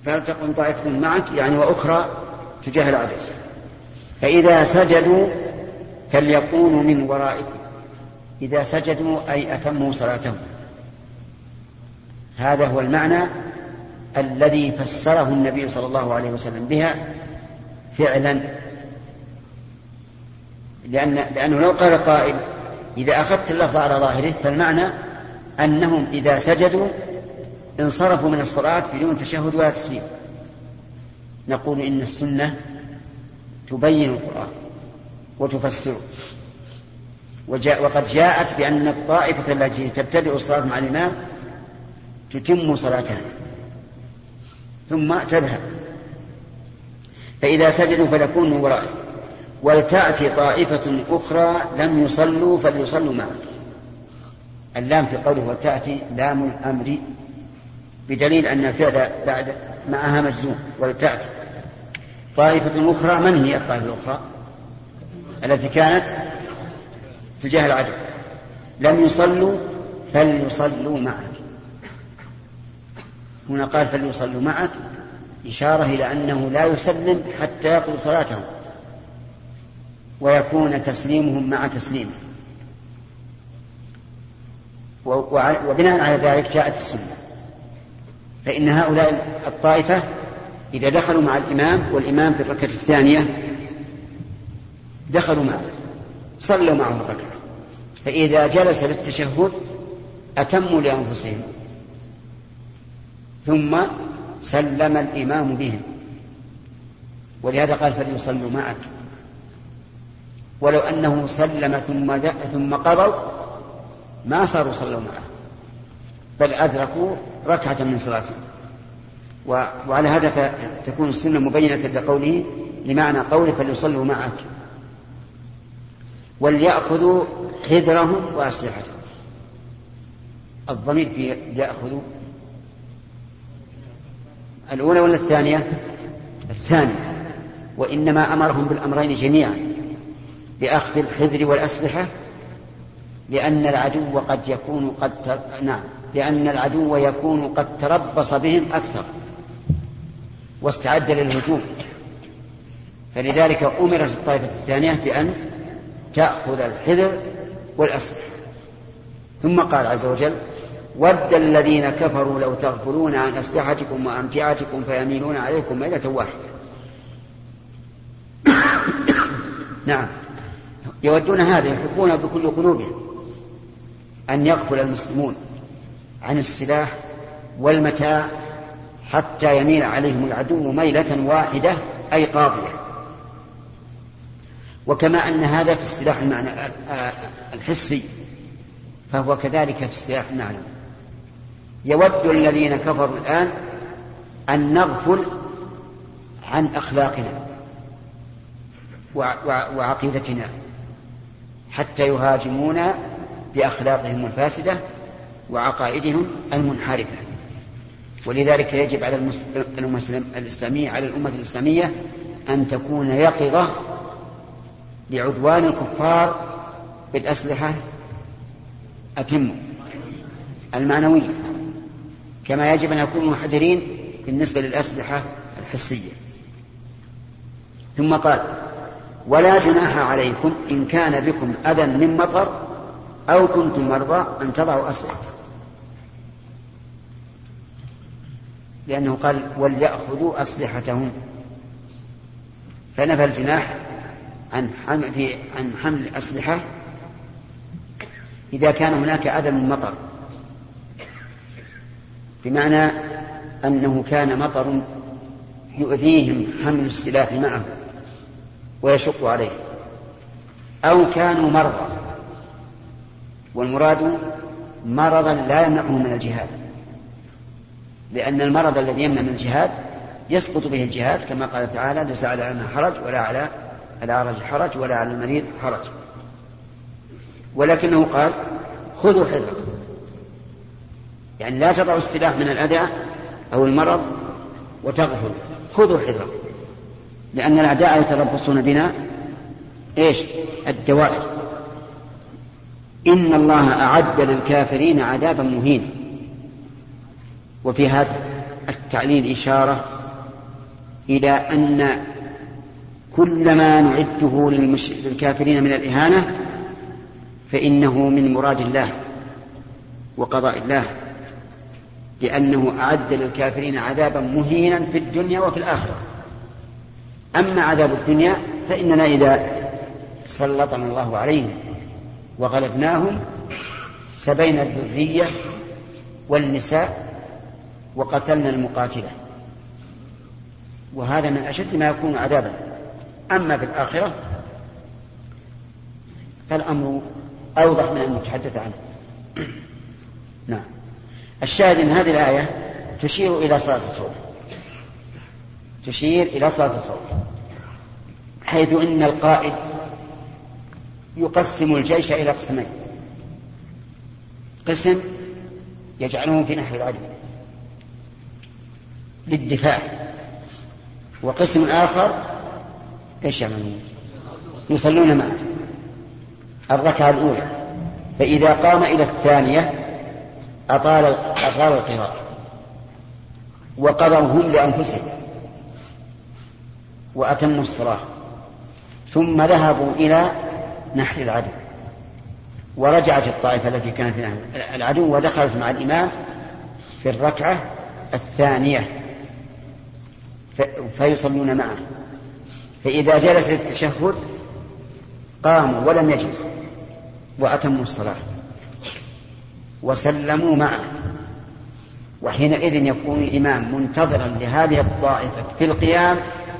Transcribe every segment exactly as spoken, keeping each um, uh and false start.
فلتقم طائفة معك يعني وأخرى تجاه العدو، فإذا سجدوا فليكونوا من ورائكم. إذا سجدوا أي أتموا صلاتهم. هذا هو المعنى الذي فسره النبي صلى الله عليه وسلم بها فعلا، لأن لأنه لو قال قائل إذا أخذت اللفظ على ظاهره فالمعنى أنهم إذا سجدوا انصرفوا من الصلاة بدون تشهد ولا تسليم. نقول إن السنة تبين القرآن وتفسره، وجاء وقد جاءت بأن الطائفة التي تبتدئ الصلاة مع الإمام تتم صلاتها ثم تذهب. فإذا سجدوا فليكونوا من ورائه ولتأتي طائفة أخرى لم يصلوا فليصلوا معك. اللام في قوله ولتأتي لام الأمر بدليل أن الفعل بعد معها مجزوم. ولتأتي طائفة أخرى، من هي الطائفة الأخرى؟ التي كانت تجاه العدو، لم يصلوا فليصلوا معك. هنا قال فليصلوا معك إشارة إلى أنه لا يسلم حتى يقضوا صلاتهم ويكون تسليمهم مع تسليمه. وبناء على ذلك جاءت السنة، فإن هؤلاء الطائفة إذا دخلوا مع الإمام والإمام في الركعة الثانية دخلوا معه صلوا معه الركعة، فإذا جلس للتشهد أتموا لأنفسهم ثم سلم الإمام بهم، ولهذا قال فليصلوا معك. ولو أنه سلم ثم ثم قضوا ما صاروا صلوا معه بل أدركوا ركعة من صلاتهم. وعلى هذا تكون السنة مبينة لقوله لمعنى قوله فليصلوا معك. وليأخذوا حذرهم وأسلحتهم. الضمير في يأخذوا الأولى ولا الثانية؟ الثانية. وإنما أمرهم بالأمرين جميعا بأخذ الحذر والأسلحة لأن العدو قد يكون قد تر... نعم لأن العدو يكون قد تربص بهم أكثر واستعد للهجوم، فلذلك أمرت الطائفة الثانية بأن تأخذ الحذر والأسلحة. ثم قال عز وجل ود الذين كفروا لو تغفلون عن أسلحتكم وأمتعتكم فيميلون عليكم ميلة واحدة. نعم يودون هذا، يحبون بكل قلوبهم أن يغفل المسلمون عن السلاح والمتاع حتى يميل عليهم العدو ميلة واحدة أي قاضية. وكما أن هذا في السلاح المعنى الحسي فهو كذلك في السلاح المعنوي. يود الذين كفروا الآن أن نغفل عن أخلاقنا وعقيدتنا حتى يهاجمونا بأخلاقهم الفاسدة وعقائدهم المنحرفة. ولذلك يجب على المسلم الإسلامية على الأمة الإسلامية أن تكون يقظة لعدوان الكفار بالأسلحة أتم المعنوية، كما يجب أن يكونوا محذرين بالنسبة للأسلحة الحسية. ثم قال ولا جناح عليكم إن كان بكم أذى من مطر أو كنتم مرضى أن تضعوا أسلحتكم، لأنه قال وليأخذوا أسلحتهم، فنفى الجناح عن حمل, عن حمل الأسلحة إذا كان هناك أذى من مطر، بمعنى أنه كان مطر يؤذيهم حمل السلاح معه ويشق عليه، أو كانوا مرضى، والمراد مرضا لا يمنعهم من الجهاد، لأن المرض الذي يمنع من الجهاد يسقط به الجهاد، كما قال تعالى ليس على الأعمى حرج ولا على الأعرج حرج ولا على المريض حرج. ولكنه قال خذوا حذركم، يعني لا تضعوا السلاح من الأذى أو المرض وتغفلوا، خذوا حذركم، لأن الأعداء يتربصون بنا إيش؟ الدوائر. إن الله أعد للكافرين عذابا مهينا. وفي هذا التعليل إشارة إلى أن كل ما نعده للكافرين من الإهانة فإنه من مراد الله وقضاء الله، لأنه أعد للكافرين عذابا مهينا في الدنيا وفي الآخرة. أما عذاب الدنيا فإننا إذا سلطنا الله عليهم وغلبناهم سبينا الذرية والنساء وقتلنا المقاتلة، وهذا من أشد ما يكون عذابا. أما في الآخرة فالأمر أوضح من أن نتحدث عنه. نعم. الشاهد أن هذه الآية تشير إلى صلاة الخوف، تشير إلى صلاة الخوف، حيث إن القائد يقسم الجيش إلى قسمين: قسم يجعلهم في نحر العدو للدفاع، وقسم آخر إيش يعملون؟ يصلون معه الركعة الأولى، فإذا قام إلى الثانية أطال أطال القراءة وقضوا هم لأنفسهم وأتموا الصلاة، ثم ذهبوا إلى نحر العدو، ورجعت الطائفة التي كانت في نحر العدو ودخلت مع الإمام في الركعة الثانية فيصلون معه، فإذا جلس للتشهد قاموا ولم يجلسوا وأتموا الصلاة وسلموا معه، وحينئذ يكون الإمام منتظرا لهذه الطائفة في القيام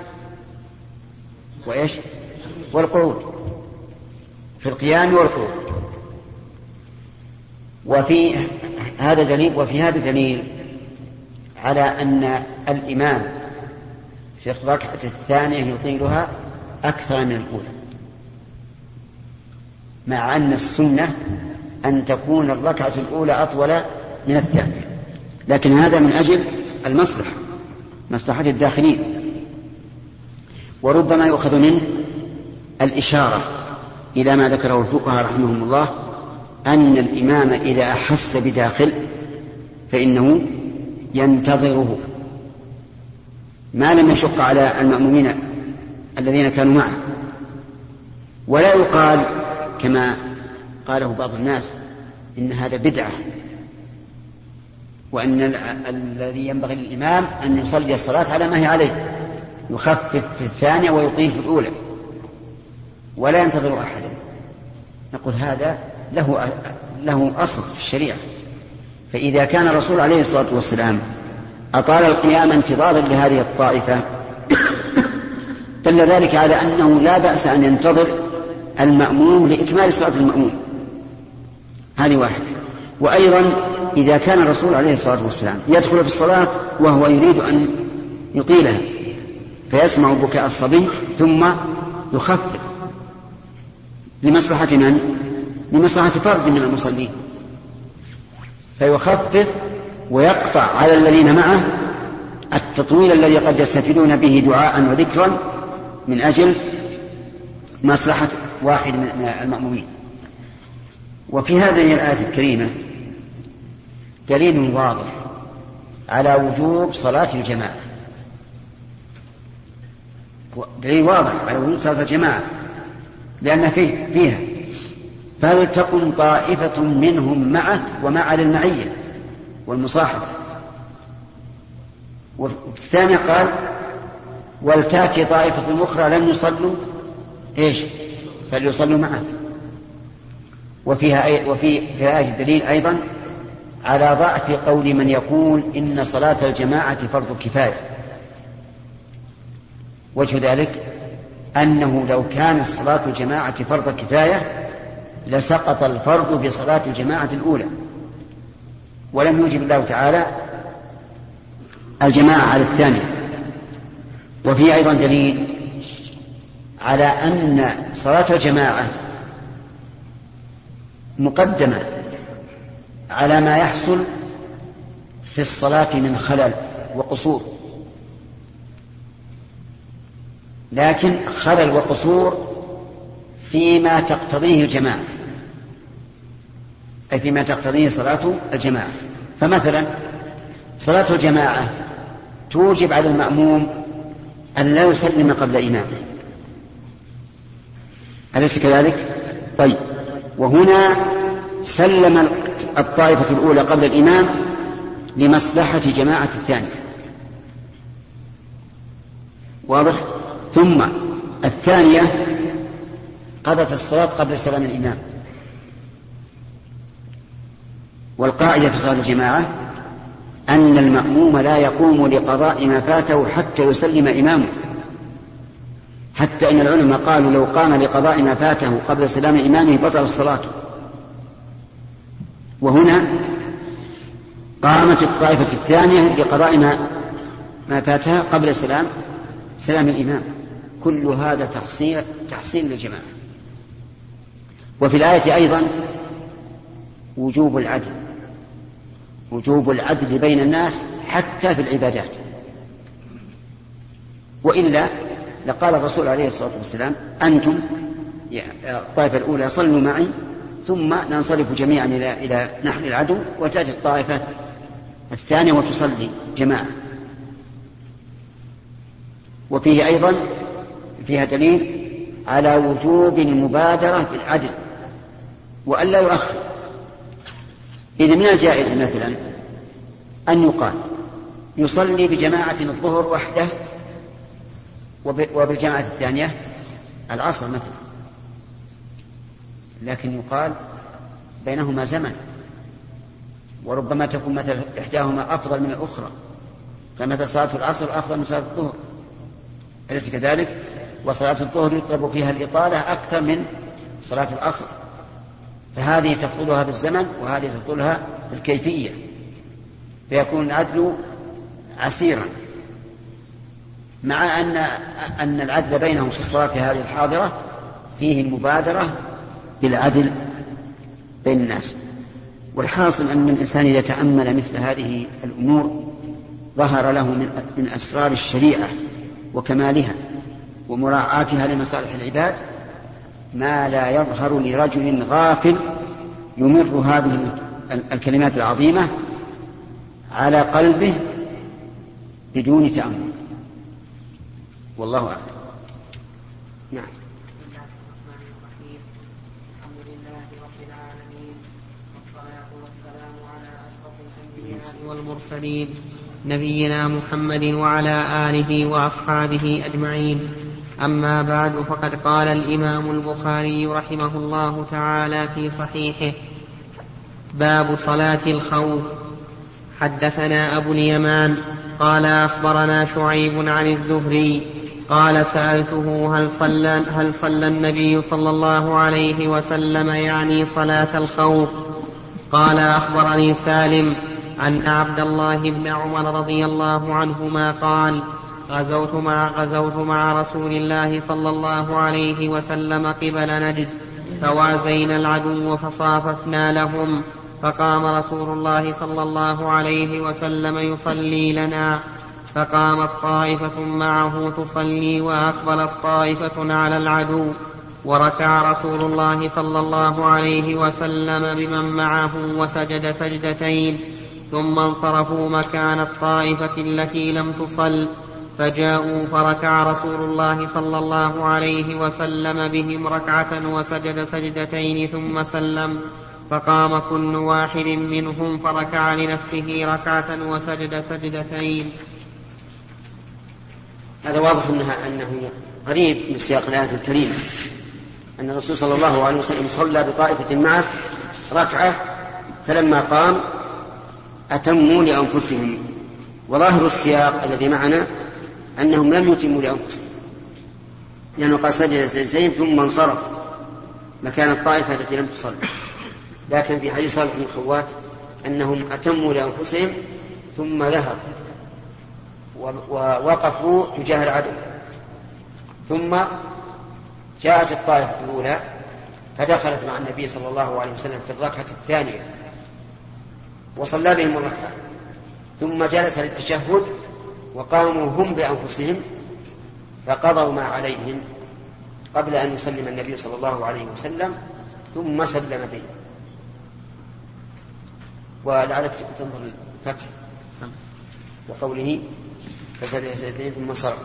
وإيش والقعود، في القيام والقعود. وفي هذا دليل وفي هذا دليل على أن الإمام في الركعة الثانية يطيلها أكثر من الأولى، مع أن السنة أن تكون الركعة الأولى أطول من الثانية، لكن هذا من أجل المصلحة، مصلحة الداخلين. وربما يؤخذ منه الإشارة إلى ما ذكره الفقهاء رحمهم الله، أن الإمام إذا أحس بداخل فإنه ينتظره ما لم يشق على المأمومين الذين كانوا معه، ولا يقال كما قاله بعض الناس إن هذا بدعة، وأن الذي ينبغي للإمام أن يصلي الصلاة على ما هي عليه، يخفف في الثانية ويطيل في الأولى ولا ينتظر أحدا. نقول هذا له له أصل في الشريعة، فإذا كان الرسول عليه الصلاة والسلام أطال القيام انتظارا لهذه الطائفة دل ذلك على أنه لا بأس أن ينتظر المأموم لإكمال صلاة المأموم. هذه واحدة. وأيضا إذا كان الرسول عليه الصلاة والسلام يدخل في الصلاة وهو يريد أن يطيلها فيسمع بكاء الصبي ثم يخفف لمصلحة من؟ لمصلحة فرد من المصلين، فيخفف ويقطع على الذين معه التطويل الذي قد يستفيدون به دعاء وذكرا من أجل مصلحة واحد من المأمومين. وفي هذه الآية الكريمة دليل واضح على وجوب صلاة الجماعة، دليل واضح على وجوب صلاة الجماعة، لأن فيه فيها فلتكن طائفة منهم معك ومع للمعية والمصاحبة. وفي الثانية قال ولتأتي طائفة أخرى لم يصلوا إيش فليصلوا معه. وفيها أي وفي في آية الدليل أيضا على ضعف قول من يقول إن صلاة الجماعة فرض كفاية. وجه ذلك أنه لو كان صلاة الجماعة فرض كفاية لسقط الفرض بصلاة الجماعة الأولى، ولم يوجب الله تعالى الجماعة على الثانية. وفي أيضا دليل على أن صلاة الجماعة مقدمة على ما يحصل في الصلاة من خلل وقصور، لكن خلل وقصور فيما تقتضيه الجماعة، أي فيما تقتضيه صلاة الجماعة. فمثلا صلاة الجماعة توجب على المأموم أن لا يسلم قبل إمامه، أليس كذلك؟ طيب، وهنا سلم الطائفة الأولى قبل الإمام لمصلحة جماعة الثانية، واضح؟ ثم الثانية قضت الصلاة قبل سلام الإمام. والقاعدة في صلاة الجماعة أن المأموم لا يقوم لقضاء ما فاته حتى يسلم إمامه، حتى إن العلماء قالوا لو قام لقضاء ما فاته قبل سلام إمامه بطل الصلاة. وهنا قامت الطائفة الثانية لقضاء ما, ما فاتها قبل سلام سلام الإمام. كل هذا تحصيل, تحصيل للجماعة. وفي الآية أيضا وجوب العدل، وجوب العدل بين الناس حتى في العبادات، وإلا لقال الرسول عليه الصلاة والسلام أنتم الطائفة الأولى صلوا معي ثم ننصرف جميعا إلى, إلى نحن العدو، وتأتي الطائفة الثانية وتصلي جماعة. وفيه أيضا فيها دليل على وجوب المبادرة بالعدل وألا يؤخر. إذا من الجائز مثلا أن يقال يصلي بجماعة الظهر وحده وبالجماعة الثانية العصر مثلا، لكن يقال بينهما زمن، وربما تكون مثل إحداهما أفضل من الأخرى، فمثل صلاة العصر أفضل من صلاة الظهر، أليس كذلك؟ وصلاة الظهر يطلب فيها الإطالة أكثر من صلاة العصر، فهذه تفضلها بالزمن وهذه تفضلها بالكيفية، فيكون العدل عسيرا، مع أن أن العدل بينهم في الصلاة هذه الحاضرة فيه المبادرة بالعدل بين الناس. والحاصل أن الإنسان إذا تأمل مثل هذه الأمور ظهر له من أسرار الشريعة وكمالها ومراعاتها لمصالح العباد ما لا يظهر لرجل غافل يمر هذه الكلمات العظيمة على قلبه بدون تأمل، والله أعلم. نعم. الحمد لله رب العالمين، والصلاة والسلام على أشرف الأنبياء والمرسلين نبينا محمد وعلى آله وأصحابه أجمعين. أما بعد، فقد قال الإمام البخاري رحمه الله تعالى في صحيحه: باب صلاة الخوف. حدثنا أبو اليمان قال أخبرنا شعيب عن الزهري قال سألته هل صلى, هل صلى النبي صلى الله عليه وسلم يعني صلاة الخوف؟ قال أخبرني سالم أن عبد الله بن عمر رضي الله عنهما قال: غزوت مع, غزوت مع رسول الله صلى الله عليه وسلم قبل نجد، فوازينا العدو فصاففنا لهم، فقام رسول الله صلى الله عليه وسلم يصلي لنا، فقامت طائفة معه تصلي وأقبلت طائفة على العدو، وركع رسول الله صلى الله عليه وسلم بمن معه وسجد سجدتين، ثم انصرفوا مكان الطائفة التي لم تصل، فجاءوا فركع رسول الله صلى الله عليه وسلم بهم ركعة وسجد سجدتين ثم سلم، فقام كل واحد منهم فركع لنفسه ركعة وسجد سجدتين. هذا واضح أنها أنه قريب من سياق الآية الكريمة، أن الرسول صلى الله عليه وسلم صلى بطائفة معه ركعة، فلما قام أتموا لأنفسهم. وظاهر السياق الذي معنا أنهم لم يتموا لأنفسهم، لأنه قد سجد سجدتين ثم انصرف مكان الطائفة التي لم تصل. لكن في حديث صالح بن الخوات أنهم أتموا لأنفسهم ثم ذهبوا ووقفوا تجاه العدو، ثم جاءت الطائفة الأولى فدخلت مع النبي صلى الله عليه وسلم في الركعة الثانية وصلى بهم الركعة، ثم جلس للتشهد وقاموا هم بأنفسهم فقضوا ما عليهم قبل أن يسلم النبي صلى الله عليه وسلم، ثم سلم بهم. ولعلك تنظر الفتح وقوله فسجد سجدتين ثم صرف.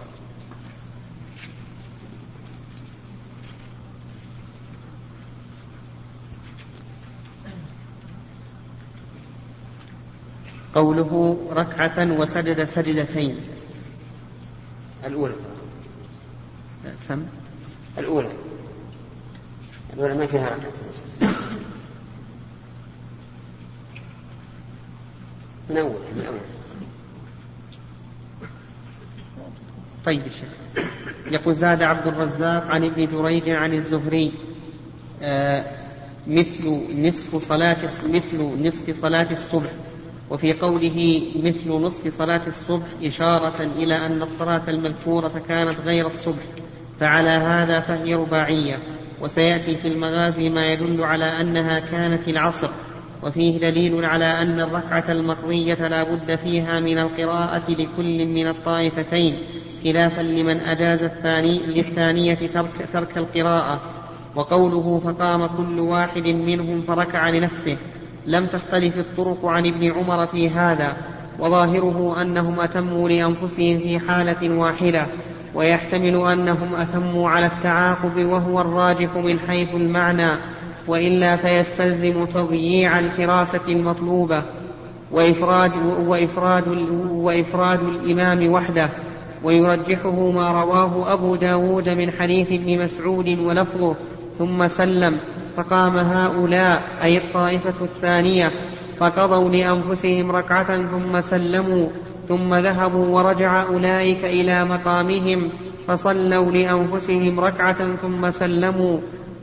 قوله ركعة وسجد سجدتين الأولى سم الأولى الأولى ما فيها ركعة من أول من أول. طيب الشيخ. يقول زاد عبد الرزاق عن ابن جريج عن الزهري آه مثل نصف صلاة مثل نصف صلاة الصبح، وفي قوله مثل نصف صلاة الصبح إشارة إلى أن الصلاة المذكورة كانت غير الصبح، فعلى هذا فهي رباعية. وسيأتي في المغازي ما يدل على أنها كانت العصر، وفيه دليل على أن الركعة المقضية لا بد فيها من القراءة لكل من الطائفتين، خلافا لمن أجاز الثاني للثانية ترك, ترك القراءة. وقوله فقام كل واحد منهم فركع لنفسه لم تختلف الطرق عن ابن عمر في هذا، وظاهره أنهم أتموا لأنفسهم في حالة واحدة، ويحتمل أنهم أتموا على التعاقب وهو الراجح من حيث المعنى، وإلا فيستلزم تضييع الحراسة المطلوبة وإفراد, وإفراد, وإفراد الإمام وحده. ويرجحه ما رواه أبو داود من حديث ابن مسعود ولفظه ثم سلم فقام هؤلاء أي الطائفة الثانية فقضوا لأنفسهم ركعة ثم سلموا ثم ذهبوا ورجع أولئك إلى مقامهم فصلوا لأنفسهم ركعة ثم سلموا.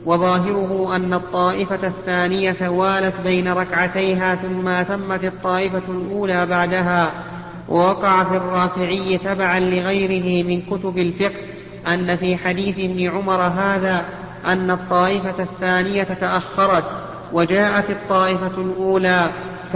وظاهره أن الطائفة الثانية والت بين ركعتيها ثم أتمت الطائفة الأولى بعدها. ووقع في الرافعي تبعا لغيره من كتب الفقه أن في حديث ابن عمر هذا أن الطائفة الثانية تأخرت وجاءت الطائفة الأولى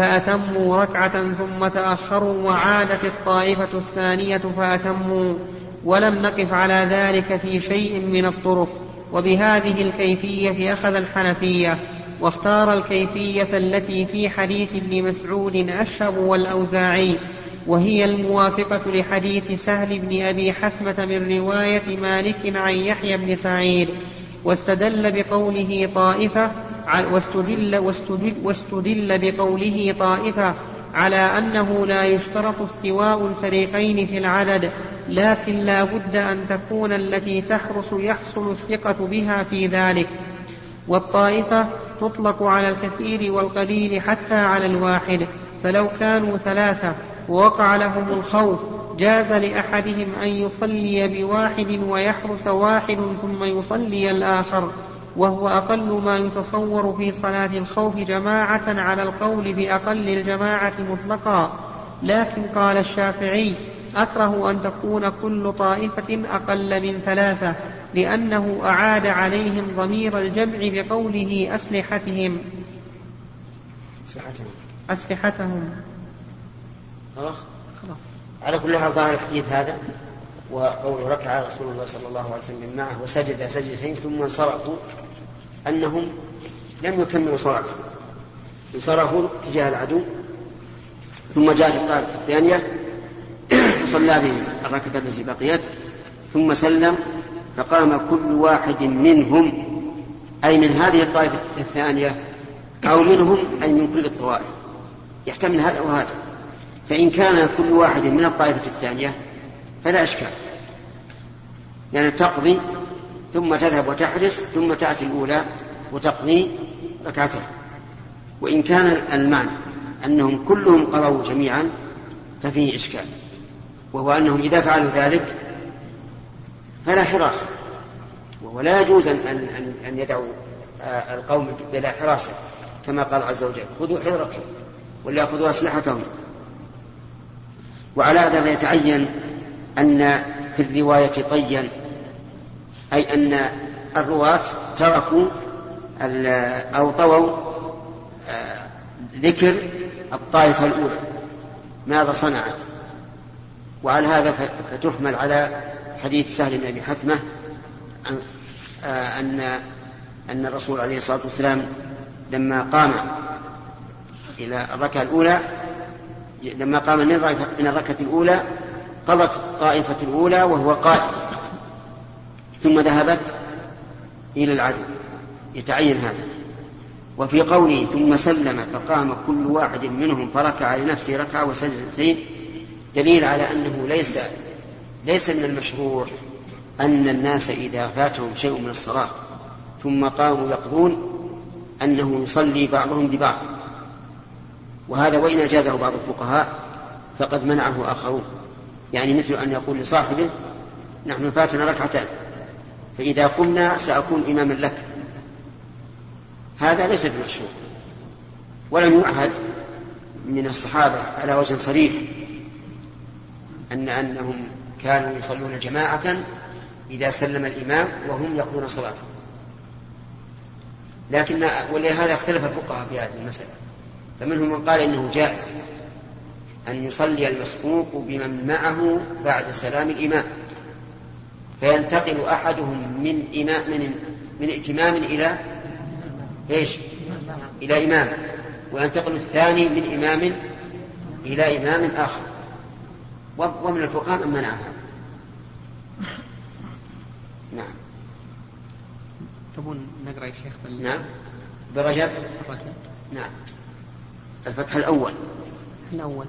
فأتموا ركعة ثم تأخروا وعادت الطائفة الثانية فأتموا، ولم نقف على ذلك في شيء من الطرق. وبهذه الكيفية أخذ الحنفية، واختار الكيفية التي في حديث ابن مسعود أشهب والأوزاعي، وهي الموافقة لحديث سهل بن أبي حثمة من رواية مالك عن يحيى بن سعيد. واستدل بقوله طائفة واستدل, واستدل, واستدل بقوله طائفة على أنه لا يشترط استواء الفريقين في العدد، لكن لا بد أن تكون التي تحرس يحصل الثقة بها في ذلك. والطائفة تطلق على الكثير والقليل حتى على الواحد، فلو كانوا ثلاثة ووقع لهم الخوف جاز لأحدهم أن يصلي بواحد ويحرس واحد ثم يصلي الآخر، وهو أقل ما يتصور في صلاة الخوف جماعة على القول بأقل الجماعة مطلقا. لكن قال الشافعي أكره أن تكون كل طائفة أقل من ثلاثة، لأنه أعاد عليهم ضمير الجمع بقوله أسلحتهم أسلحتهم خلاص خلاص. على كل حال ظاهر الحديث هذا وقول ركع رسول الله صلى الله عليه وسلم معه وسجد سجدتين ثم انصرفوا أنهم لم يكملوا صلاتهم، انصرفوا تجاه العدو ثم جاءت الطائفة الثانية صلى بهم الركعة التي بقيت ثم سلم فقام كل واحد منهم أي من هذه الطائفة الثانية أو منهم أي من كل الطوائف، يحتمل هذا وهذا. فإن كان كل واحد من الطائفة الثانية فلا أشكال، يعني تقضي ثم تذهب وتحرس ثم تأتي الأولى وتقضي ركعتين. وإن كان المعنى أنهم كلهم قضوا جميعا ففيه إشكال، وهو أنهم إذا فعلوا ذلك فلا حراسة، ولا يجوز أن, أن يدعوا القوم بلا حراسة كما قال عز وجل خذوا حذركم وليأخذوا أسلحتهم. وعلى هذا يتعين أن في الرواية طيا، أي أن الرواة تركوا أو طووا ذكر الطائفة الأولى ماذا صنعت. وعلى هذا فتحمل على حديث سهل بن أبي حثمة أن أن الرسول عليه الصلاة والسلام لما قام إلى الركعة الأولى لما قام من الركعة الأولى قضت الطائفة الأولى وهو قائم، ثم ذهبت إلى العدو، يتعين هذا. وفي قوله ثم سلم فقام كل واحد منهم فركع لنفسه ركعة وسجدتين دليل على أنه ليس ليس من المشروع أن الناس إذا فاتهم شيء من الصلاة ثم قاموا يقضون أنه يصلي بعضهم ببعض، وهذا وإن أجازه بعض الفقهاء فقد منعه آخرون، يعني مثل أن يقول لصاحبه نحن فاتنا ركعتان فإذا قمنا سأكون إماما لك، هذا ليس بمشروع. ولم يعهد من الصحابة على وجه صريح أن أنهم كانوا يصلون جماعة إذا سلم الإمام وهم يقضون صلاتهم، لكن ولهذا اختلف الفقهاء في هذه المسألة، فمنهم من قال إنه جائز أن يصلي المسبوق بمن معه بعد سلام الإمام، فينتقل أحدهم من إمام من, من ائتمام إلى إيش؟ إلى إمام، وينتقل الثاني من إمام إلى إمام آخر. ومن الفقهاء من منع هذا. نعم. تبون نقرأ يا شيخ بال... نعم برجب. نعم. الفتح الأول. الأول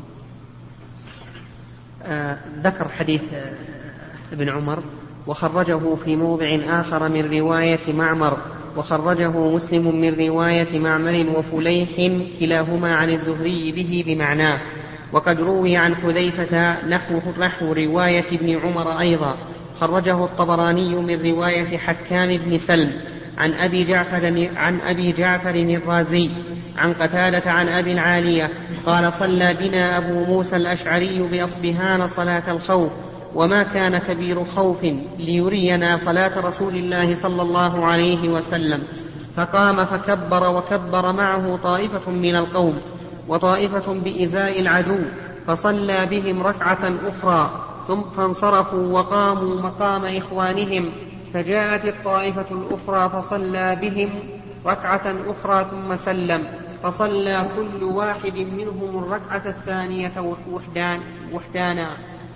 آه ذكر حديث آه ابن عمر وخرجه في موضع آخر من رواية معمر، وخرجه مسلم من رواية معمر وفليح كلاهما عن الزهري به بمعناه، وقد روي عن حذيفة نحو نحو رواية ابن عمر أيضا. خرجه الطبراني من رواية حكام بن سلم عن أبي جعفر عن أبي جعفر الرازي عن قتادة عن أبي العالية قال صلى بنا أبو موسى الأشعري بأصبهان صلاة الخوف، وما كان كبير خوف ليرينا صلاة رسول الله صلى الله عليه وسلم، فقام فكبر وكبر معه طائفة من القوم وطائفة بإزاء العدو، فصلى بهم ركعة أخرى ثم فانصرفوا وقاموا مقام إخوانهم، فجاءت الطائفة الأخرى فصلى بهم ركعة أخرى ثم سلم، فصلى كل واحد منهم الركعة الثانية وحدان وحدانا.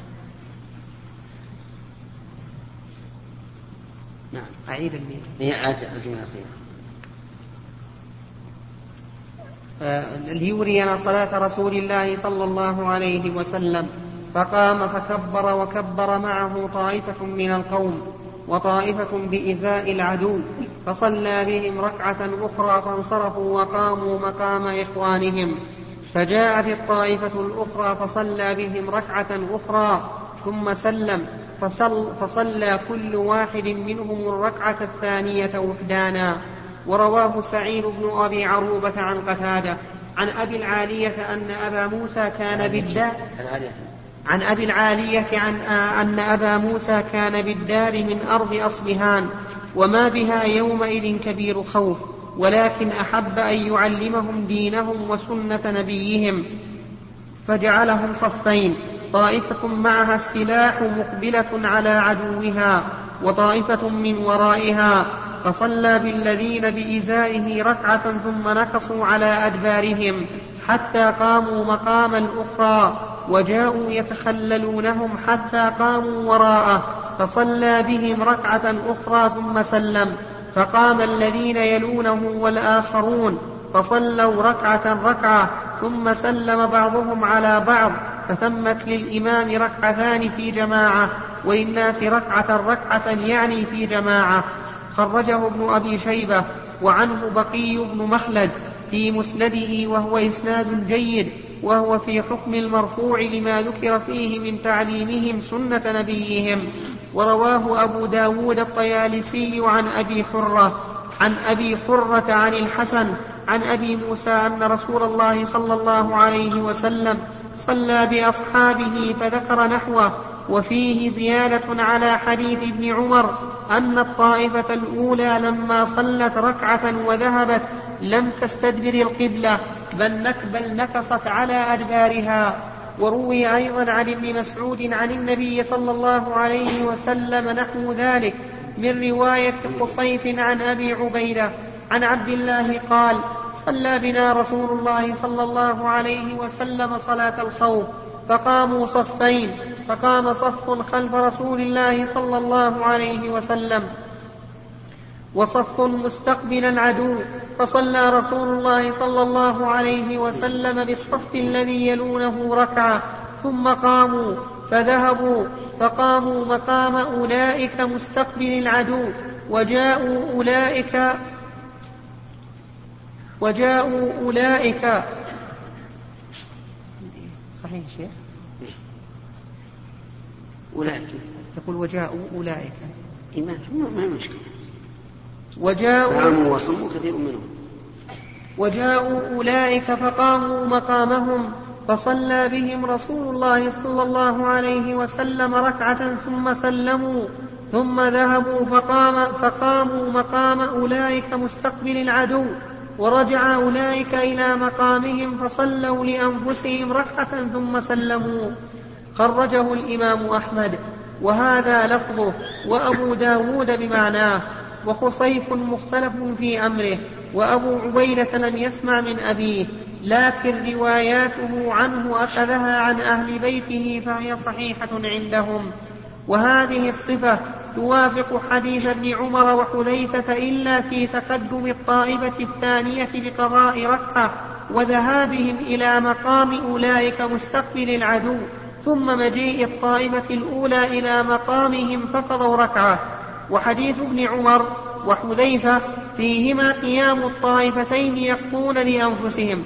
نعم. أعيد اللي هي عادة الجملة الأخيرة. ليرينا صلاة رسول الله صلى الله عليه وسلم، فقام فكبر وكبر معه طائفة من القوم وطائفة بإزاء العدو، فصلى بهم ركعة أخرى فانصرفوا وقاموا مقام إخوانهم، فجاءت الطائفة الأخرى فصلى بهم ركعة أخرى ثم سلم، فصل فصلى كل واحد منهم الركعة الثانية وحدانا. ورواه سعيد بن أبي عروبة عن قتادة عن أبي العالية أن أبا موسى كان بالدار عن أبي العالية عن أن أبا موسى كان بالدار من أرض أصبهان، وما بها يومئذ كبير خوف، ولكن أحب أن يعلمهم دينهم وسنة نبيهم، فجعلهم صفين، طائفة معها السلاح مقبلة على عدوها وطائفة من ورائها، فصلى بالذين بإزائه ركعة ثم نكصوا على أدبارهم حتى قاموا مقاما الأخرى، وجاءوا يتخللونهم حتى قاموا وراءه، فصلى بهم ركعة أخرى ثم سلم، فقام الذين يلونه والآخرون فصلوا ركعة ركعة ثم سلم بعضهم على بعض، فتمت للإمام ركعتان في جماعة وللناس ركعة ركعة يعني في جماعة. خرجه ابن أبي شيبة وعنه بقي بن مخلد في مسنده وهو إسناد جيد، وهو في حكم المرفوع لما ذكر فيه من تعليمهم سنة نبيهم. ورواه أبو داود الطيالسي عن أبي حرة عن أبي حرة عن الحسن عن أبي موسى أن رسول الله صلى الله عليه وسلم صلى بأصحابه فذكر نحوه، وفيه زيادة على حديث ابن عمر أن الطائفة الأولى لما صلت ركعة وذهبت لم تستدبر القبلة بل نكصت على أدبارها. وروي أيضا عن ابن مسعود عن النبي صلى الله عليه وسلم نحو ذلك من رواية قصيف عن أبي عبيدة عن عبد الله قال: صلى بنا رسول الله صلى الله عليه وسلم صلاة الخوف فقاموا صفين، فقام صف خلف رسول الله صلى الله عليه وسلم وصف مستقبل العدو، فصلى رسول الله صلى الله عليه وسلم بالصف الذي يلونه ركعة، ثم قاموا فذهبوا فقاموا مقام أولئك مستقبل العدو، وجاءوا أولئك وجاءوا أولئك صحيح شيء أولئك تقول وجاءوا أولئك إيمان ما مشكلة. وجاءوا فقاموا وصموا كثير منهم وجاءوا أولئك فقاموا مقامهم، فصلى بهم رسول الله صلى الله عليه وسلم ركعة ثم سلموا، ثم ذهبوا فقام فقاموا مقام أولئك مستقبل العدو، ورجع أولئك إلى مقامهم فصلوا لأنفسهم ركعة ثم سلموا. خرجه الإمام أحمد وهذا لفظه، وأبو داود بمعناه، وخصيف مختلف في أمره، وأبو عبيدة لم يسمع من أبيه، لكن رواياته عنه أخذها عن أهل بيته فهي صحيحة عندهم. وهذه الصفة توافق حديث ابن عمر وحذيفة إلا في تقدم الطائفة الثانية بقضاء ركعة وذهابهم إلى مقام أولئك مستقبل العدو، ثم مجيء الطائفة الأولى إلى مقامهم فقضوا ركعة. وحديث ابن عمر وحذيفة فيهما قيام الطائفتين يقضون لأنفسهم،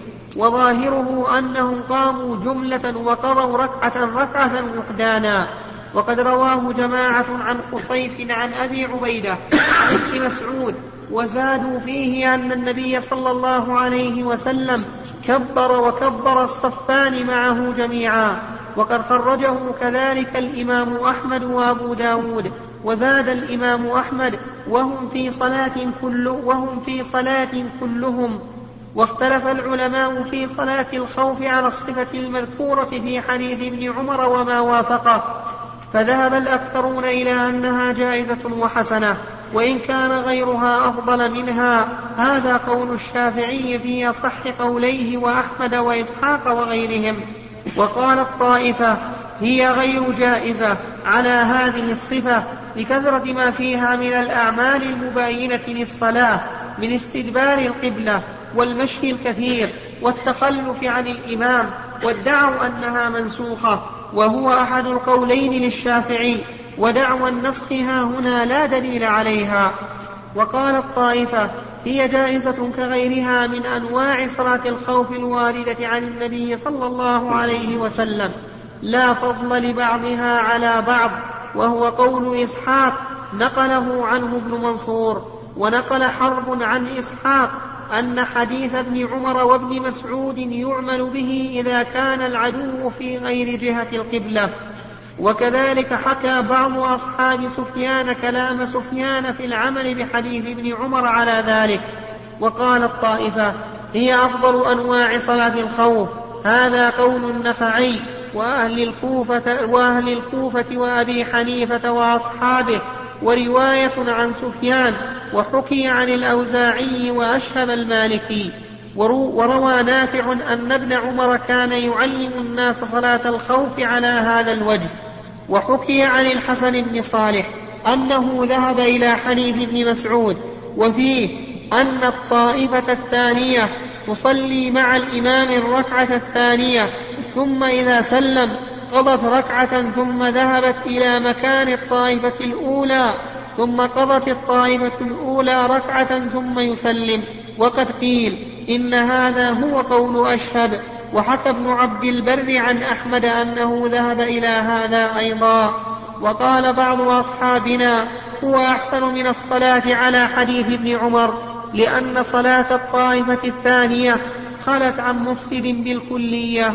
وظاهره أنهم قاموا جملة وقضوا ركعة ركعة وحدانا. وقد رواه جماعة عن خصيف عن أبي عبيدة عن ابن مسعود، وزادوا فيه أن النبي صلى الله عليه وسلم كبر وكبر الصفان معه جميعا. وقد خرجه كذلك الإمام أحمد وأبو داود. وزاد الإمام أحمد وهم في صلاة كل وهم في صلاة كلهم. واختلف العلماء في صلاة الخوف على الصفة المذكورة في حديث ابن عمر وما وافقه، فذهب الأكثرون إلى أنها جائزة وحسنة، وإن كان غيرها أفضل منها. هذا قول الشافعي في أصح قوليه وأحمد وإسحاق وغيرهم. وقال الطائفة هي غير جائزة على هذه الصفة لكثرة ما فيها من الأعمال المباينة للصلاة من استدبار القبلة والمشي الكثير والتخلف عن الإمام، وادعوا أنها منسوخة، وهو أحد القولين للشافعي، ودعوى النسخ ها هنا لا دليل عليها. وقال الطائفة هي جائزة كغيرها من أنواع صلاة الخوف الواردة عن النبي صلى الله عليه وسلم، لا فضل لبعضها على بعض، وهو قول إسحاق نقله عنه ابن منصور. ونقل حرب عن إسحاق أن حديث ابن عمر وابن مسعود يعمل به إذا كان العدو في غير جهة القبلة. وكذلك حكى بعض أصحاب سفيان كلام سفيان في العمل بحديث ابن عمر على ذلك. وقال الطائفة هي أفضل أنواع صلاة الخوف، هذا قول النخعي وأهل الكوفة, وأهل الكوفة وأبي حنيفة وأصحابه، ورواية عن سفيان، وحكي عن الأوزاعي وأشهب المالكي. وروى نافع أن ابن عمر كان يعلم الناس صلاة الخوف على هذا الوجه. وحكي عن الحسن بن صالح أنه ذهب إلى حديث ابن مسعود وفيه أن الطائفة الثانية تصلي مع الإمام الركعة الثانية، ثم إذا سلم قضت ركعة ثم ذهبت إلى مكان الطائفة الأولى، ثم قضت الطائفة الأولى ركعة ثم يسلم. وقد قيل إن هذا هو قول أشهب. وحكى ابن عبد البر عن أحمد أنه ذهب إلى هذا أيضا. وقال بعض أصحابنا هو أحسن من الصلاة على حديث ابن عمر، لأن صلاة الطائفة الثانية خلت عن مفسد بالكلية.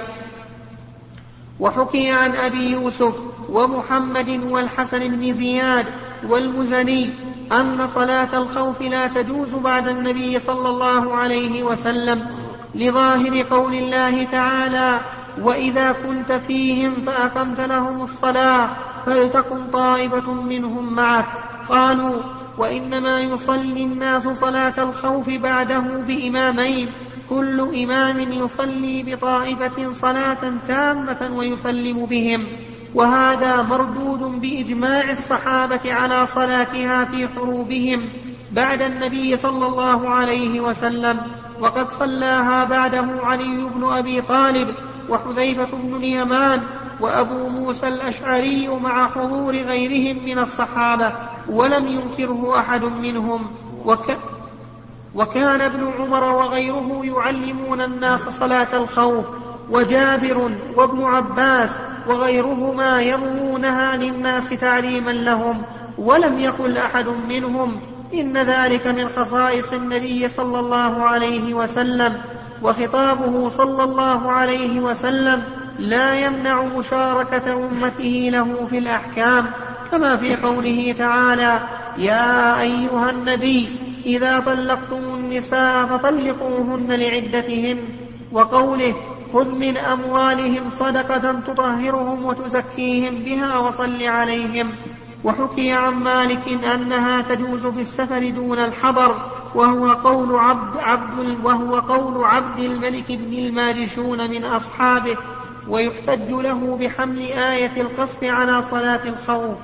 وحكي عن أبي يوسف ومحمد والحسن بن زياد والمزني أن صلاة الخوف لا تجوز بعد النبي صلى الله عليه وسلم، لظاهر قول الله تعالى وإذا كنت فيهم فأقمت لهم الصلاة فلتكن طائفة منهم معك. قالوا وإنما يصلي الناس صلاة الخوف بعده بإمامين، كل إمام يصلي بطائفة صلاة تامة ويسلم بهم، وهذا مردود بإجماع الصحابة على صلاتها في حروبهم بعد النبي صلى الله عليه وسلم، وقد صلاها بعده علي بن أبي طالب وحذيفة بن اليمان وأبو موسى الأشعري مع حضور غيرهم من الصحابة ولم ينكره أحد منهم. وك وكان ابن عمر وغيره يعلمون الناس صلاة الخوف، وجابر وابن عباس وغيرهما يروونها للناس تعليما لهم، ولم يقل أحد منهم إن ذلك من خصائص النبي صلى الله عليه وسلم. وخطابه صلى الله عليه وسلم لا يمنع مشاركة أمته له في الأحكام، كما في قوله تعالى: يا أيها النبي إذا طلقتم النساء فطلقوهن لعدتهن، وقوله: خذ من أموالهم صدقة تطهرهم وتزكيهم بها وصل عليهم. وحكي عن مالك أنها تجوز في السفر دون الحضر، وهو قول عبد, عبد, وهو قول عبد الملك بن الماجشون من أصحابه، ويحتج له بحمل آية القصد على صلاة الخوف.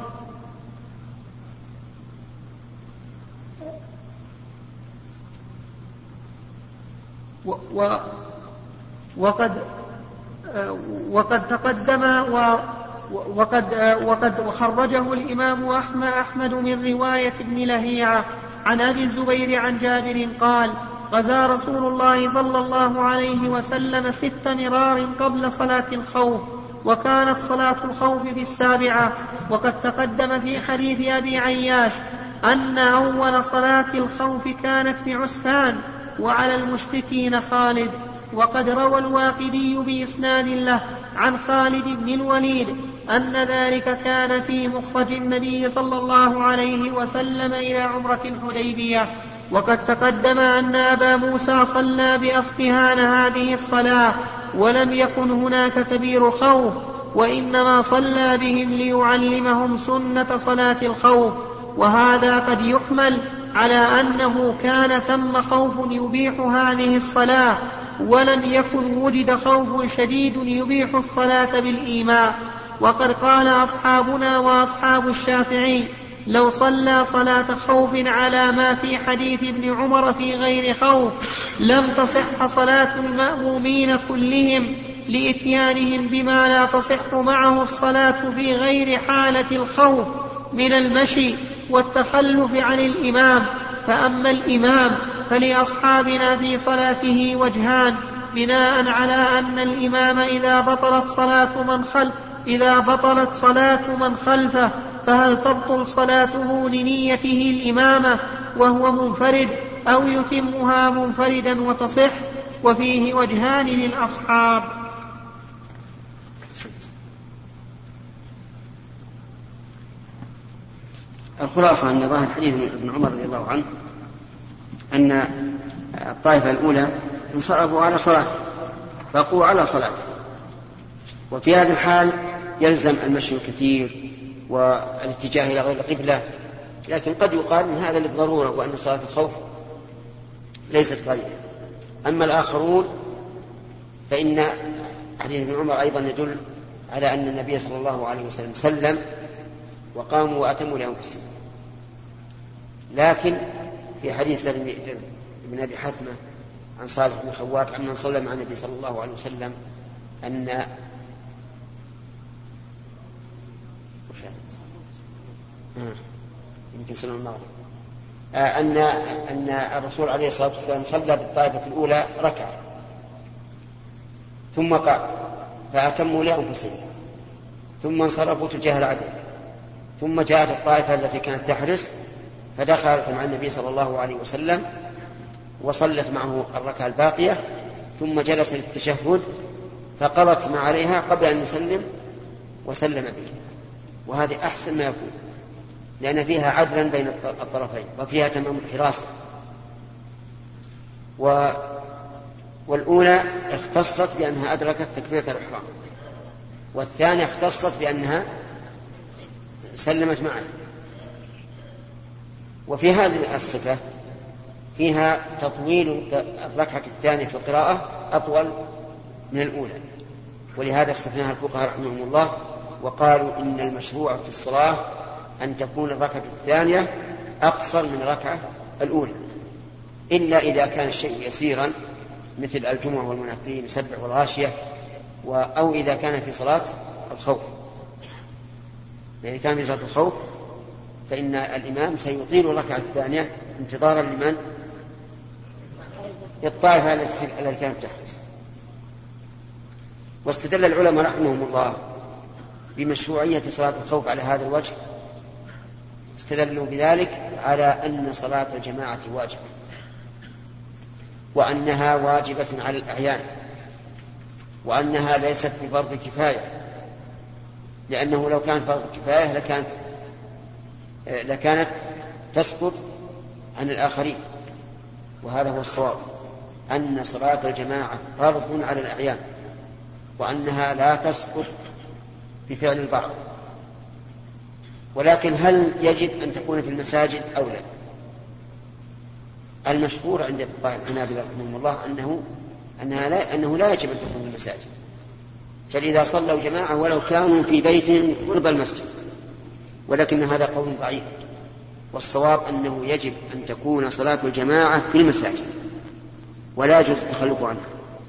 و و وقد وقد تقدم و وقد وقد خرجه الإمام أحمد من رواية ابن لهيعة عن أبي الزبير عن جابر قال: غزا رسول الله صلى الله عليه وسلم ست مرار قبل صلاة الخوف، وكانت صلاة الخوف في السابعة. وقد تقدم في حديث أبي عياش أن أول صلاة الخوف كانت بعسفان وعلى المشركين خالد. وقد روى الواقدي بإسناد له عن خالد بن الوليد أن ذلك كان في مخرج النبي صلى الله عليه وسلم إلى عمرة الحديبية. وقد تقدم أن أبا موسى صلى بأصفهان هذه الصلاة، ولم يكن هناك كبير خوف، وإنما صلى بهم ليعلمهم سنة صلاة الخوف. وهذا قد يحمل على أنه كان ثم خوف يبيح هذه الصلاة، ولم يكن وجد خوف شديد يبيح الصلاة بالإيماء. وقد قال أصحابنا وأصحاب الشافعي: لو صلى صلاة خوف على ما في حديث ابن عمر في غير خوف لم تصح صلاة المأمومين كلهم، لإتيانهم بما لا تصح معه الصلاة في غير حالة الخوف من المشي والتخلف عن الإمام. فأما الإمام فلأصحابنا في صلاته وجهان، بناء على أن الإمام إذا بطلت صلاة من خلف إذا بطلت صلاة من خلفه فهل تبطل صلاته لنيته الإمامة وهو منفرد، أو يتمها منفردا وتصح؟ وفيه وجهان للأصحاب. الخلاصة أن ظاهر حديث ابن عمر رضي الله عنه أن الطائفة الأولى انصرفوا على صلاته، بقوا على صلاته، وفي هذا الحال يلزم المشي الكثير والاتجاه إلى غير القبلة. لكن قد يقال أن هذا للضرورة، وأن صلاة الخوف ليست قليلة. أما الآخرون فإن حديث ابن عمر أيضا يدل على أن النبي صلى الله عليه وسلم سلم وقاموا وأتموا لأنفسهم. لكن في حديث ابن أبي حثمة عن صالح بن خوات عمن صلى مع النبي صلى الله عليه وسلم أن يمكن سنة المغرب أن أن الرسول عليه الصلاة والسلام صلى بالطائفة الأولى ركعة ثم قام فأتموا لأنفسهم، ثم انصرفوا تجاه العدو، ثم جاءت الطائفة التي كانت تحرس فدخلت مع النبي صلى الله عليه وسلم وصلت معه الركعة الباقية، ثم جلس للتشهد فقضت ما عليها قبل أن يسلم وسلم به. وهذه أحسن ما يكون، لأن فيها عدلا بين الطرفين وفيها تمام الحراسة. و... والأولى اختصت بأنها أدركت تكبيرة الإحرام، والثانية اختصت بأنها سلمت معه. وفي هذه الصفة فيها تطويل الركعة الثانية في القراءة أطول من الأولى، ولهذا استثناها الفقهاء رحمهم الله وقالوا إن المشروع في الصلاة أن تكون الركعة الثانية أقصر من الركعة الأولى، إلا إذا كان الشيء يسيرا مثل الجمعة والمنافقين يسبح والغاشية، أو إذا كان في صلاة الخوف. إذا كان في صلاة الخوف فإن الإمام سيطيل الركعة الثانية انتظارا لمن؟ للطائفة التي كانت تحرص. واستدل العلماء رحمهم الله بمشروعية صلاة الخوف على هذا الوجه، استدلوا بذلك على أن صلاة الجماعة واجبة، وأنها واجبة على الأعيان، وأنها ليست بفرض كفاية، لأنه لو كان فرض كفاية لكان لكانت تسقط عن الآخرين، وهذا هو الصواب، أن صلاة الجماعة فرض على الأعيان، وأنها لا تسقط بفعل البعض. ولكن هل يجب أن تكون في المساجد أو لا؟ المشهور عند فقهاء الحنابلة رحمهم الله أنه أنها لا أنه لا يجب أن تكون في المساجد، فإذا صلوا جماعة ولو كانوا في بيتهم قرب المسجد، ولكن هذا قول ضعيف، والصواب أنه يجب أن تكون صلاة الجماعة في المساجد، ولا يجوز التخلف عنها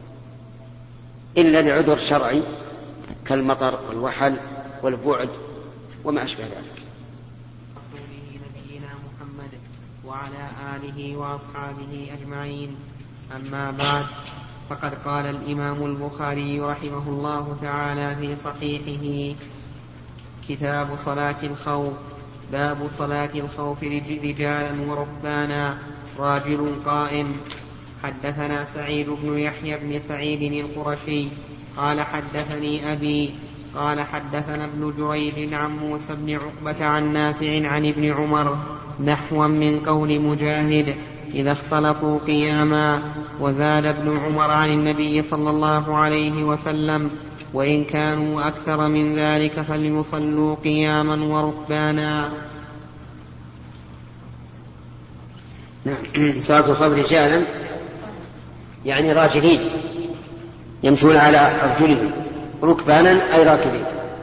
إلا لعذر شرعي كالمطر والوحل والبعد وما أشبه ذلك. رسوله نبينا محمد وعلى آله وأصحابه أجمعين. أما بعد، فقد قال الإمام البخاري رحمه الله تعالى في صحيحه: كتاب صلاة الخوف. باب صلاة الخوف رجالا وركبانا. راجل قائم. حدثنا سعيد بن يحيى بن سعيد القرشي قال حدثني أبي قال حدثنا ابن جريج عن موسى بن عقبة عن نافع عن ابن عمر نحوا من قول مجاهد: إذا اختلطوا قياما. وزاد ابن عمر عن النبي صلى الله عليه وسلم: وإن كانوا أكثر من ذلك فليصلوا قياما وركبانا. نعم. صلاة الخوف رجالا يعني راجلين يمشون على أرجلهم، ركبانا أي راكبين.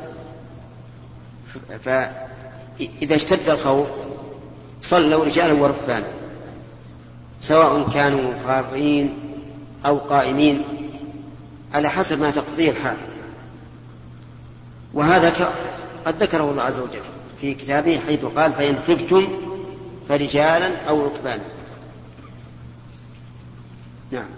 فإذا اشتد الخوف صلوا رجالا وركبانا، سواء كانوا فارين أو قائمين على حسب ما تقتضيه الحال. وهذا قد ذكره الله عز وجل في كتابه حيث قال: فإن خفتم فرجالا أو ركبانا. نعم.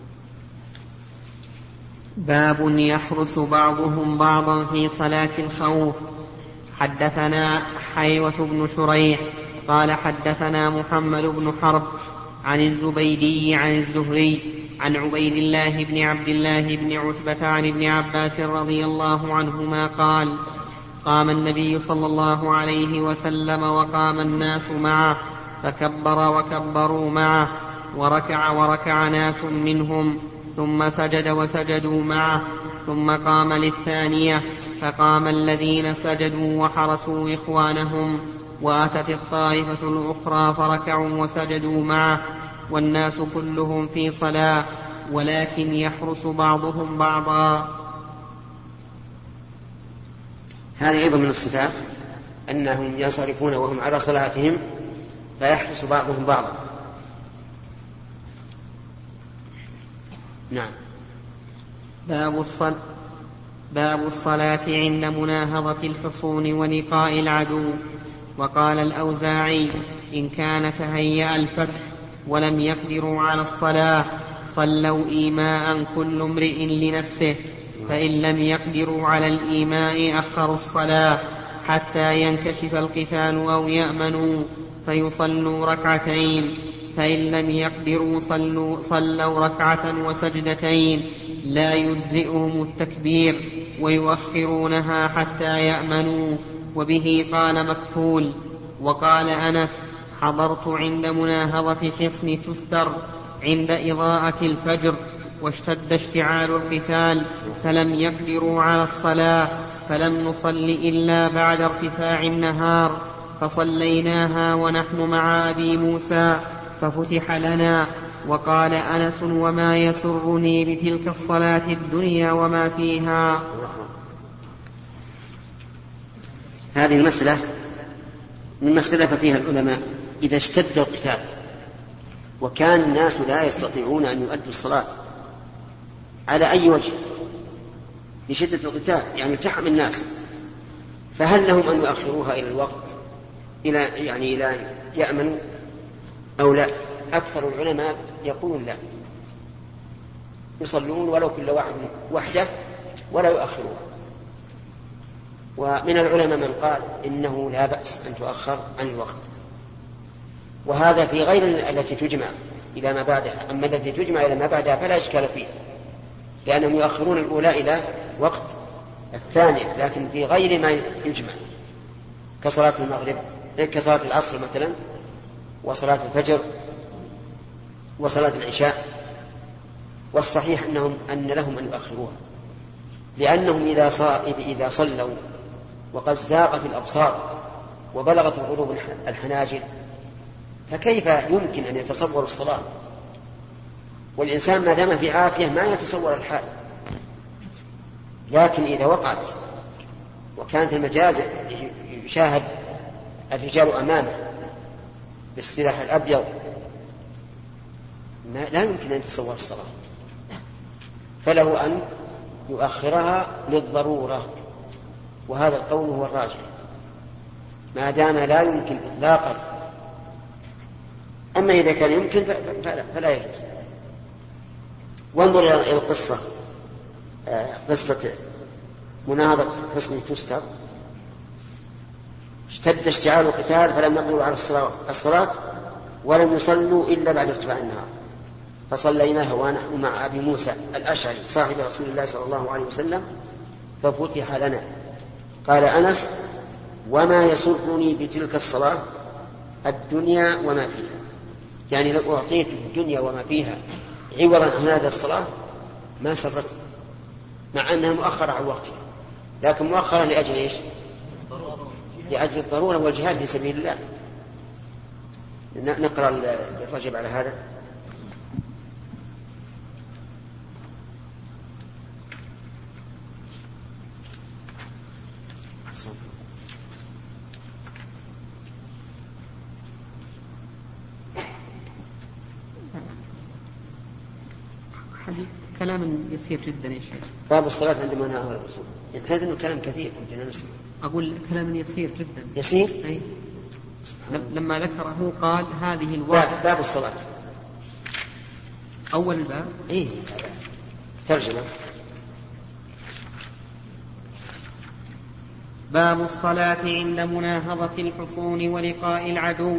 باب يحرس بعضهم بعضا في صلاة الخوف. حدثنا حيوة بن شريح قال حدثنا محمد بن حرب عن الزبيدي عن الزهري عن عبيد الله بن عبد الله بن عتبة عن ابن عباس رضي الله عنهما قال: قام النبي صلى الله عليه وسلم وقام الناس معه، فكبر وكبروا معه، وركع وركع ناس منهم، ثم سجد وسجدوا معه، ثم قام للثانية، فقام الذين سجدوا وحرسوا إخوانهم، وأتت الطائفة الأخرى فركعوا وسجدوا معه، والناس كلهم في صلاة، ولكن يحرس بعضهم بعضا. هذه أيضا من الصفات، أنهم ينصرفون وهم على صلاتهم فيحرس بعضهم بعضا. نعم. باب الصلاة باب الصلاة عند مناهضة الحصون ولقاء العدو. وقال الأوزاعي: إن كان تهيأ الفتح ولم يقدروا على الصلاة صلوا إيماء كل امرئ لنفسه، فإن لم يقدروا على الإيماء أخروا الصلاة حتى ينكشف القتال أو يأمنوا فيصلوا ركعتين، فإن لم يقدروا صلوا, صلوا ركعة وسجدتين لا يجزئهم التكبير ويؤخرونها حتى يأمنوا. وبه قال مكحول. وقال أنس: حضرت عند مناهضة حصن تستر عند إضاءة الفجر واشتد اشتعال القتال فلم يقدروا على الصلاة، فلم نصل إلا بعد ارتفاع النهار، فصليناها ونحن مع أبي موسى ففتح لنا. وقال أنس: وما يسرني بتلك الصلاة الدنيا وما فيها. هذه المسألة مما اختلف فيها العلماء. إذا اشتد القتال وكان الناس لا يستطيعون أن يؤدوا الصلاة على أي وجه لشدة القتال، يعني التحم الناس، فهل لهم أن يؤخروها إلى الوقت إلى يعني إلى يأمنوا أو لا؟ أكثر العلماء يقولون لا، يصلون ولو كل واحد وحده ولا يؤخرون. ومن العلماء من قال إنه لا بأس أن تؤخر عن الوقت، وهذا في غير التي تجمع إلى ما بعدها. أما التي تجمع إلى ما بعدها فلا إشكال فيها، لأنهم يؤخرون الأولى إلى وقت الثانية، لكن في غير ما يجمع كصلاة المغرب كصلاة العصر مثلا، وصلاة الفجر، وصلاة العشاء. والصحيح أنهم أن لهم أن يؤخروها، لأنهم إذا إذا صلوا وقد زاغت الأبصار وبلغت القلوب الحناجر فكيف يمكن أن يتصور الصلاة؟ والإنسان ما دام في عافية ما يتصور الحال. لكن إذا وقعت وكانت المجازر يشاهد الرجال أمامه بالسلاح الأبيض ما لا يمكن أن يتصور الصلاة، فله أن يؤخرها للضرورة، وهذا القول هو الراجح ما دام لا يمكن إطلاقا. أما إذا كان يمكن فلا, فلا يجوز. وانظر إلى القصة، قصة مناهضة حصن تستر، اشتد اشتعال القتال فلم يقدروا على الصلاة ولم يصلوا إلا بعد ارتفاع النهار، فصليناها ونحن مع أبي موسى الأشعري صاحب رسول الله صلى الله عليه وسلم ففتح لنا. قال أنس: وما يسرني بتلك الصلاة الدنيا وما فيها، يعني لو أعطيت الدنيا وما فيها عوضا عن هذه الصلاة ما سرت، مع أنها مؤخرة عن وقتها، لكن مؤخرة لأجل إيش؟ لأجل الضرورة والجهاد في سبيل الله. نقرأ الرجب على هذا. كلام يسير جدا يا شيخ. باب الصلاة عندما نهى الرسول، هذا إنه كلام كثير كنت نسمع. أقول كلام يسير جدا. يسير؟ أي. لما ذكره قال هذه الواحد. باب, باب الصلاة. أول الباب. إيه. ترجمة. باب الصلاة عند مناهضة الحصون ولقاء العدو.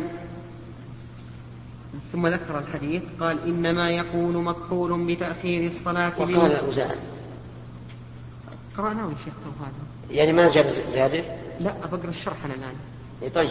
ثم ذكر الحديث قال: إنما يكون مكحول بتأخير الصلاة. وقال الأوزاعي. قرأناه يا شيخ هذا. يعني ما جاب زيادة؟ لا، بقرأ الشرح أنا الآن. إيه طيب.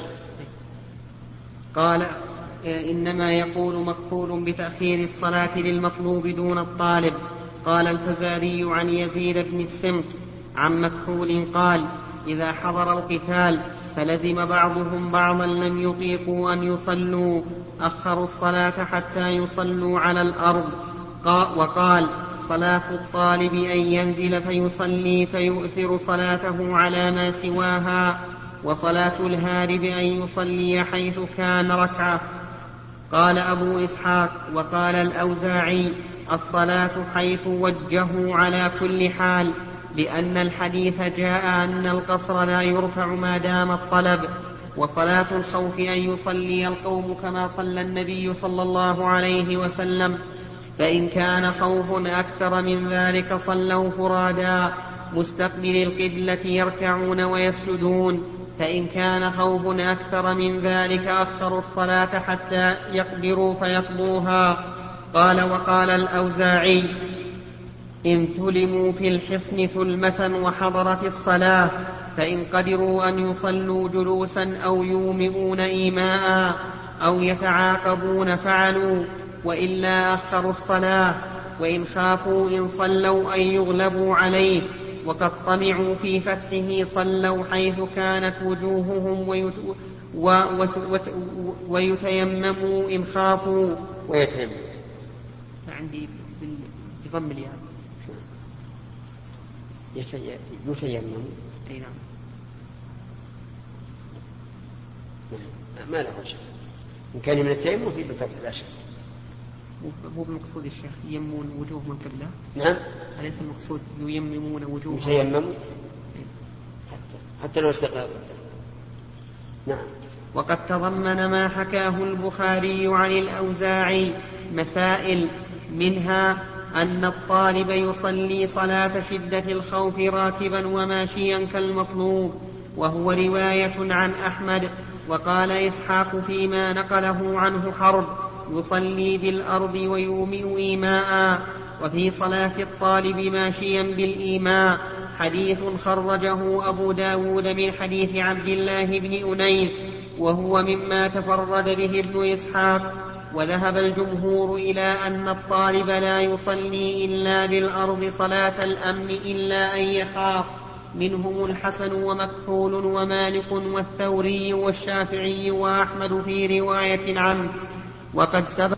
قال: إنما يقول مكحول بتأخير الصلاة للمطلوب دون الطالب. قال الفزاري عن يزيد بن السمط عن مكحول قال: إذا حضر القتال فلزم بعضهم بعضا لم يطيقوا أن يصلوا أخروا الصلاة حتى يصلوا على الأرض. وقال: صلاة الطالب أن ينزل فيصلي فيؤثر صلاته على ما سواها، وصلاة الهارب أن يصلي حيث كان ركعة. قال أبو إسحاق: وقال الأوزاعي: الصلاة حيث وجهوا على كل حال، لأن الحديث جاء أن القصر لا يرفع ما دام الطلب. وصلاة الخوف أن يصلي القوم كما صلى النبي صلى الله عليه وسلم، فإن كان خوف أكثر من ذلك صلوا فرادا مستقبل القبلة يركعون ويسجدون، فإن كان خوف أكثر من ذلك أخروا الصلاة حتى يقدروا فيقضوها. قال: وقال الأوزاعي: إن ثلموا في الحصن ثلمة وحضرت الصلاة فإن قدروا أن يصلوا جلوسا أو يومئون إيماء أو يتعاقبون فعلوا، وإلا أخروا الصلاة. وإن خافوا إن صلوا أن يغلبوا عليه وقد طمعوا في فتحه صلوا حيث كانت وجوههم ويت ويتيمموا إن خافوا. ويتيمموا عندي بضم الياء يتيمموا. أي نعم. ما له شيء إن كان من التيمم في بالفتح لا شك. مو بالمقصود الشيخ ييمون وجوههم قبله. نعم. أليس المقصود ييممون وجوههم؟ يتيمموا حتى حتى لو استقرار. نعم. وقد تضمن ما حكاه البخاري عن الأوزاعي مسائل، منها أن الطالب يصلي صلاة شدة الخوف راكبا وماشيا كالمطلوب، وهو رواية عن أحمد. وقال إسحاق فيما نقله عنه حرب: يصلي بالأرض ويومئ إيماء. وفي صلاة الطالب ماشيا بالإيماء حديث خرجه أبو داود من حديث عبد الله بن أنيس، وهو مما تفرد به ابن إسحاق. وذهب الجمهور إلى أن الطالب لا يصلي إلا بالأرض صلاة الأمن إلا أن يخاف، منهم الحسن ومكحول ومالك والثوري والشافعي وأحمد في رواية عنه. وقد سبق